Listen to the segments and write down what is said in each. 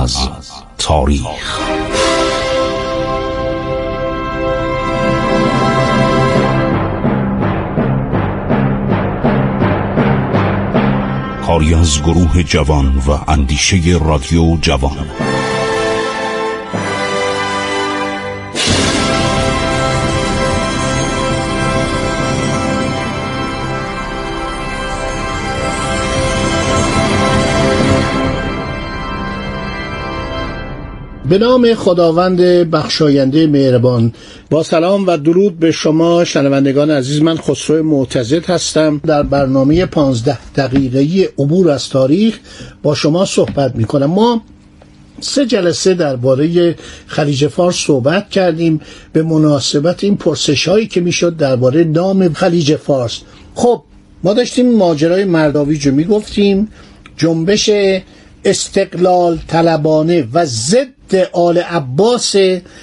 از تاریخ. کاری از گروه جوان و اندیشه رادیو جوان. به نام خداوند بخشاینده مهربان. با سلام و درود به شما شنوندگان عزیز، من خسرو معتضد هستم. در برنامه 15 دقیقه‌ای عبور از تاریخ با شما صحبت می‌کنم. ما 3 جلسه درباره خلیج فارس صحبت کردیم به مناسبت این پرسش‌هایی که میشد درباره نام خلیج فارس. خب ما داشتیم ماجرای مرداویج رو میگفتیم، جنبش استقلال طلبانه و ضد آل عباس.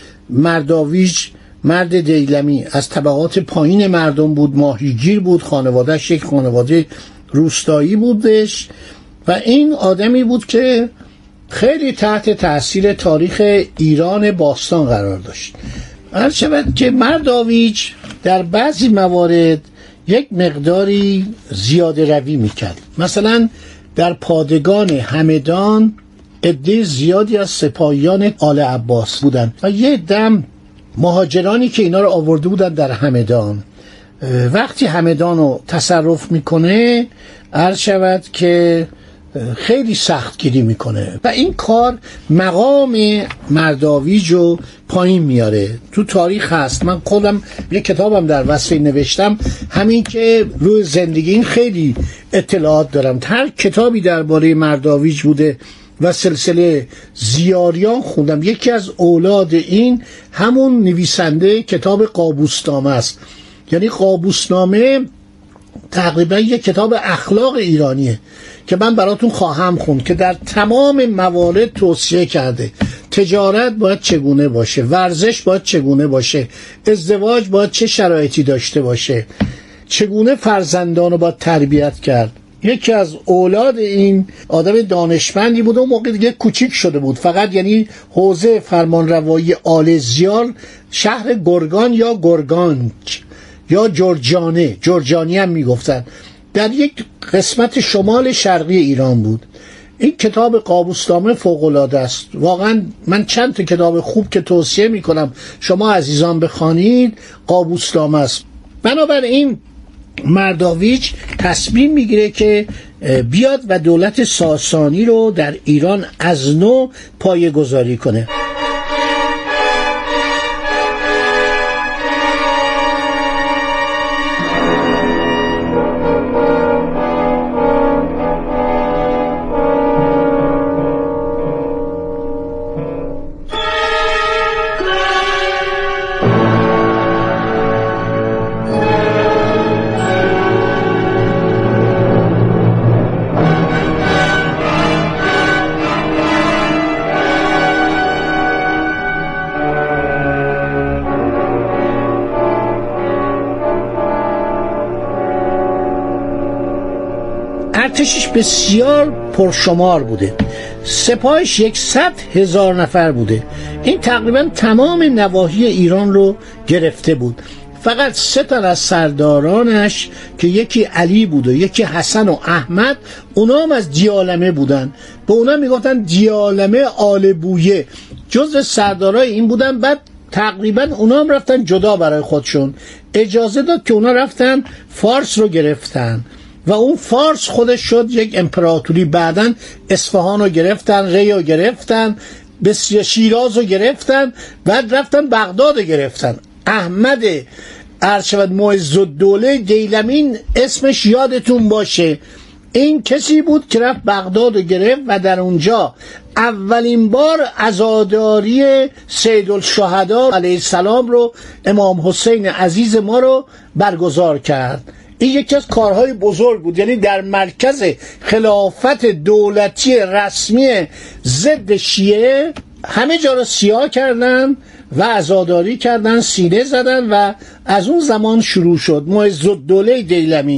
مرداویج مرد دیلمی از طبقات پایین مردم بود، ماهیگیر بود، خانوادهش یک خانواده روستایی بودش و این آدمی بود که خیلی تحت تأثیر تاریخ ایران باستان قرار داشت. عرض شود که مرداویج در بعضی موارد یک مقداری زیاده روی میکرد. مثلا در پادگان همدان عده زیادی از سپاهیان آل عباس بودند و یه دم مهاجرانی که اینا رو آورده بودن در همدان، وقتی همدان رو تصرف میکنه عرض شود که خیلی سختگیری میکنه و این کار مقام مرداویج رو پایین میاره. تو تاریخ هست، من خودم یه کتابم در وصفه نوشتم، همین که روی زندگی این خیلی اطلاعات دارم. هر کتابی درباره مرداویج بوده و سلسله زیاریان خوندم. یکی از اولاد این همون نویسنده کتاب قابوسنامه است. یعنی قابوسنامه تقریبا یک کتاب اخلاق ایرانیه که من براتون خواهم خوند که در تمام موارد توصیه کرده تجارت باید چگونه باشه، ورزش باید چگونه باشه، ازدواج باید چه شرایطی داشته باشه، چگونه فرزندان رو باید تربیت کرد. یکی از اولاد این آدم دانشمندی بود و موقع دیگه کوچیک شده بود، فقط یعنی حوزه فرمانروایی آل زیال شهر گرگان یا گرگانج یا جرجانی هم میگفتن، در یک قسمت شمال شرقی ایران بود. این کتاب قابوسنامه فوق‌العاده است واقعا. من چند تا کتاب خوب که توصیه میکنم شما عزیزان بخوانید قابوسنامه است. بنابراین مرداویج تصمیم میگیره که بیاد و دولت ساسانی رو در ایران از نو پایه‌گذاری کنه. ارتشش بسیار پرشمار بوده، سپاهش 100,000 نفر بوده. این تقریبا تمام نواحی ایران رو گرفته بود. فقط 3 تن از سردارانش که یکی علی بود و یکی حسن و احمد، اونا هم از دیالمه بودن، به اونا میگفتن دیالمه آل بویه، جزء سردارای این بودن. بعد تقریبا اونا هم رفتن جدا برای خودشون، اجازه داد که اونا رفتن فارس رو گرفتن و اون فارس خودش شد یک امپراتوری. بعدن اصفهان رو گرفتن، ری رو گرفتن، شیراز رو گرفتن، بعد رفتن بغداد رو گرفتن. احمد ارشد معزالدوله دیلمی اسمش یادتون باشه، این کسی بود که رفت بغداد رو گرفت و در اونجا اولین بار عزاداری سیدالشهدا علیه السلام رو، امام حسین عزیز ما رو برگزار کرد. این یکی از کارهای بزرگ بود، یعنی در مرکز خلافت دولتی رسمی ضد شیعه همه جا رو سیاه کردن و عزاداری کردن، سینه زدن و از اون زمان شروع شد. معزالدوله دیلمی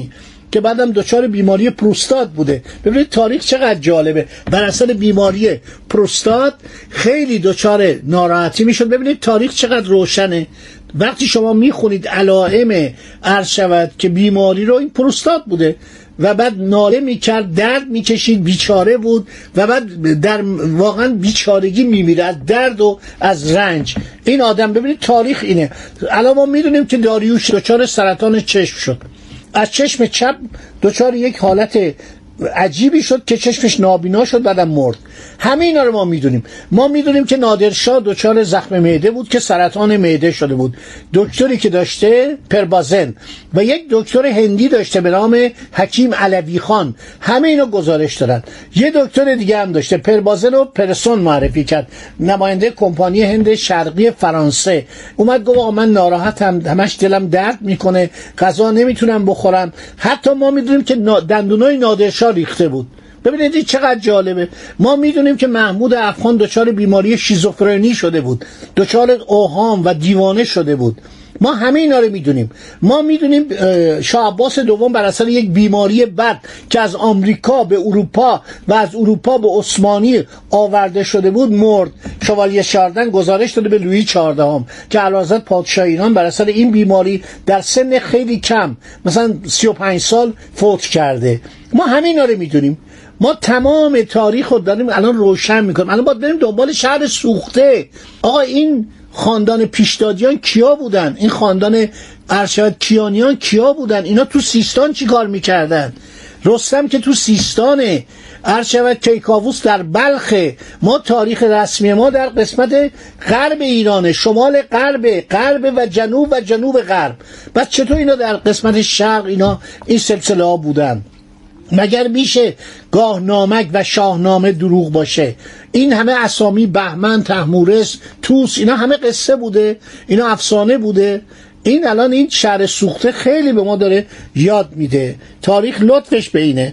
که بعدم دچار بیماری پروستات بوده. ببینید تاریخ چقدر جالبه. بر اثر بیماری پروستات خیلی دچار ناراحتی میشد. ببینید تاریخ چقدر روشنه. وقتی شما میخونید علائم عرض شود که بیماری رو، این پروستات بوده و بعد ناله میکرد، درد میکشید، بیچاره بود و بعد در واقعا بیچارگی میمیره از درد و از رنج. این آدم ببینید تاریخ اینه. الان ما میدونیم که داریوش دچار سرطان چشم شد، از چشم چپ دچار یک حالت عجیبی شد که چشمش نابینا شد، بعدم مرد. همه اینا رو ما میدونیم. ما میدونیم که نادرشاه دچار زخم معده بود که سرطان معده شده بود. دکتری که داشته پربازن و یک دکتر هندی داشته به نام حکیم علوی خان، همه اینا گزارش دارن. یه دکتر دیگه هم داشته، پربازن و پرسون معرفی کرد، نماینده کمپانی هند شرقی فرانسه. اومد گفت من ناراحتم، همش دلم درد میکنه، غذا نمیتونم بخورم. حتی ما میدونیم که دندونای نادرشاه ریخته بود. ببینید این چقدر جالبه. ما میدونیم که محمود افغان دچار بیماری شیزوفرنی شده بود، دچار اوهام و دیوانه شده بود. ما همه اینا رو میدونیم. ما میدونیم شاه عباس دوم بر اثر یک بیماری بد که از آمریکا به اروپا و از اروپا به عثمانی آورده شده بود مرد. شوالیه شاردن گزارش داده به لویی 14 که اعلیحضرت پادشاه ایران بر اثر این بیماری در سن خیلی کم، مثلا 35 سال فوت کرده. ما همه اینا رو میدونیم. ما تمام تاریخ رو داریم الان روشن میکنیم. الان باید بریم دنبال شهر سوخته. آقا این خاندان پیشدادیان کیا بودن؟ این خاندان ارشد کیانیان کیا بودن؟ اینا تو سیستان چی کار میکردن؟ رستم که تو سیستانه، ارشد کیکاووس در بلخه. ما تاریخ رسمی ما در قسمت غرب ایرانه، شمال غرب و جنوب غرب. بعد چطور اینا در قسمت شرق اینا این سلسله ها بودن؟ مگر میشه گاه نامک و شاهنامه دروغ باشه؟ این همه اسامی، بهمن، طهمورث، طوس، اینا همه قصه بوده، اینا افسانه بوده. این الان این شهر سوخته خیلی به ما داره یاد میده. تاریخ لطفش به اینه.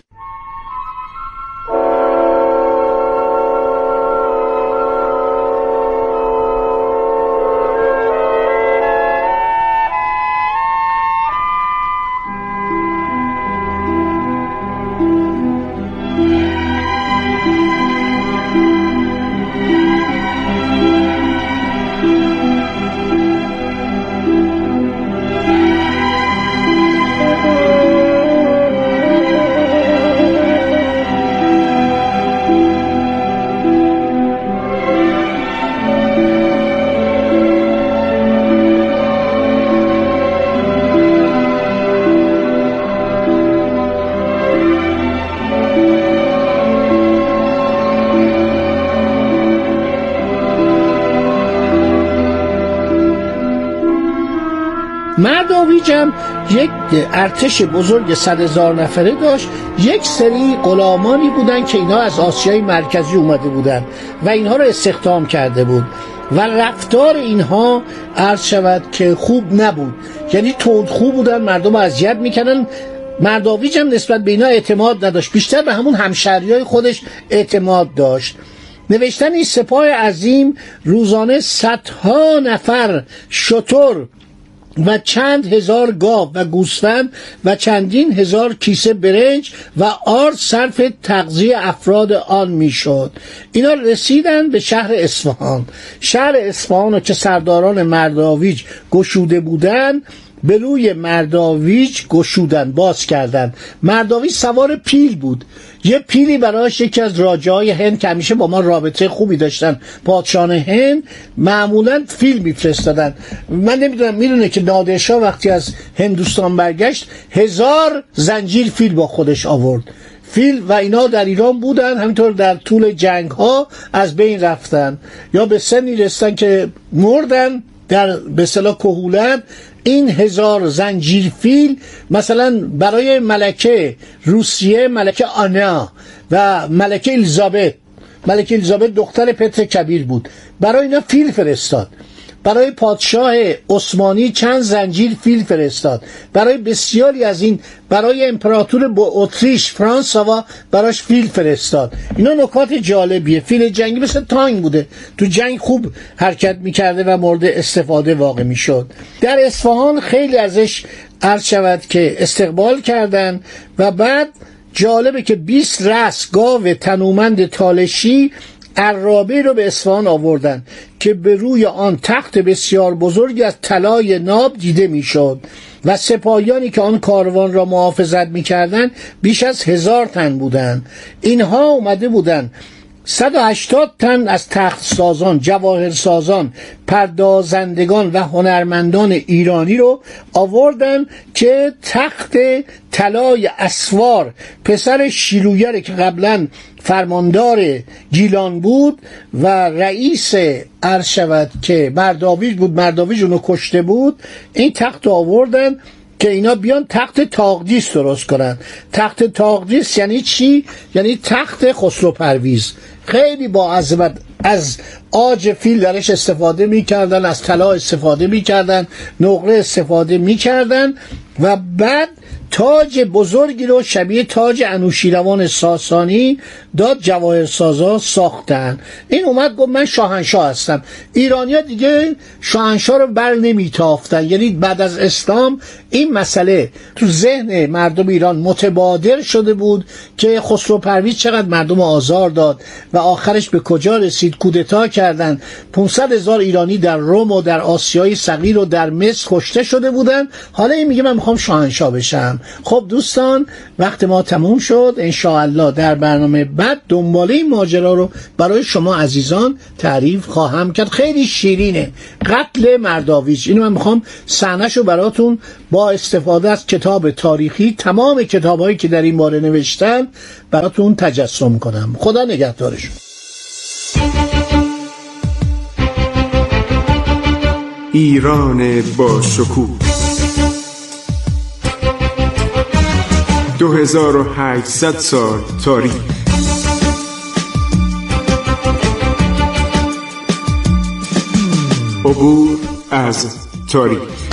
مرداویج هم یک ارتش بزرگ 100,000 نفره داشت. یک سری غلامانی بودن که اینا از آسیای مرکزی اومده بودن و اینها رو استخدام کرده بود و رفتار اینها عرض شود که خوب نبود، یعنی تندخو بودن، مردم رو اذیت میکنن. مرداویج هم نسبت به اینا اعتماد نداشت، بیشتر به همون همشهریای خودش اعتماد داشت. نوشتن این سپاه عظیم روزانه صدها نفر شتر و چند هزار گاو و گوسفند و چندین هزار کیسه برنج و آرد صرف تغذیه افراد آن میشد. اینا رسیدن به شهر اصفهان. شهر اصفهان که سرداران مرداویج گشوده بودن، به روی مرداویج گشودن، باز کردن. مرداویج سوار پیل بود. یه پیلی براش یکی از راجاهای هند که همیشه با ما رابطه خوبی داشتن، پادشاهان هند، معمولا فیل میفرستادن. من نمیدونم میدونه که نادرشاه وقتی از هندوستان برگشت 1000 زنجیر فیل با خودش آورد. فیل و اینا در ایران بودن، همینطور در طول جنگ ها از بین رفتن یا به سنی رسیدن که مردن در به اصطلاح کهولت. این 1000 زنجیر فیل مثلا برای ملکه روسیه، ملکه آنا و ملکه الیزابت دختر پتر کبیر بود، برای اینا فیل فرستاد. برای پادشاه عثمانی چند زنجیر فیل فرستاد. برای بسیاری از این، برای امپراتور اتریش فرانسوا براش فیل فرستاد. اینا نکات جالبیه. فیل جنگی مثل تانک بوده، تو جنگ خوب حرکت میکرده و مورد استفاده واقع میشد. در اصفهان خیلی ازش عرض شود که استقبال کردند و بعد جالبه که 20 رأس گاو تنومند تالشی عرابه رو به اصفهان آوردن که به روی آن تخت بسیار بزرگی از طلای ناب دیده میشد و سپاهیانی که آن کاروان را محافظت میکردند بیش از 1000 تن بودند. اینها اومده بودند 180 تن از تخت سازان، جواهر سازان، پردازندگان و هنرمندان ایرانی رو آوردن که تخت طلای اسوار پسر شیلویه که قبلا فرماندار گیلان بود و رئیس عرض شود که مرداویج بود، مرداویج اونو کشته بود، این تخت رو آوردن که اینا بیان تخت تاغدیس درست کنن. تخت تاغدیس یعنی چی؟ یعنی تخت خسرو پرویز. خیلی با عظمت از عاج فیل درش استفاده میکردن، از طلا استفاده میکردن، نقره استفاده میکردن و بعد تاج بزرگی رو شبیه تاج انوشیروان ساسانی داد جواهرسازا ساختن. این اومد گفت من شاهنشاه هستم. ایرانی‌ها دیگه شاهنشاه رو بر نمیتافتن، یعنی بعد از اسلام این مسئله تو ذهن مردم ایران متبادر شده بود که خسرو پرویز چقدر مردم آزار داد و آخرش به کجا رسید؟ کودتا کردن. 500,000 ایرانی در روم و در آسیای صغیر و در مصر کشته شده بودن. حالا این میگه من میخوام شاهنشاه بشم. خب دوستان، وقت ما تموم شد. انشاءالله در برنامه بعد دنباله این ماجرا رو برای شما عزیزان تعریف خواهم کرد. خیلی شیرینه، قتل مرداویج. اینو من میخوام صحنه‌شو براتون با استفاده از کتاب تاریخی، تمام کتابایی که در این باره نوشتن، براتون تجسم کنم. خدا نگهدارشون. ایران با شکوه 2800 سال تاریخ. عبور از تاریخ.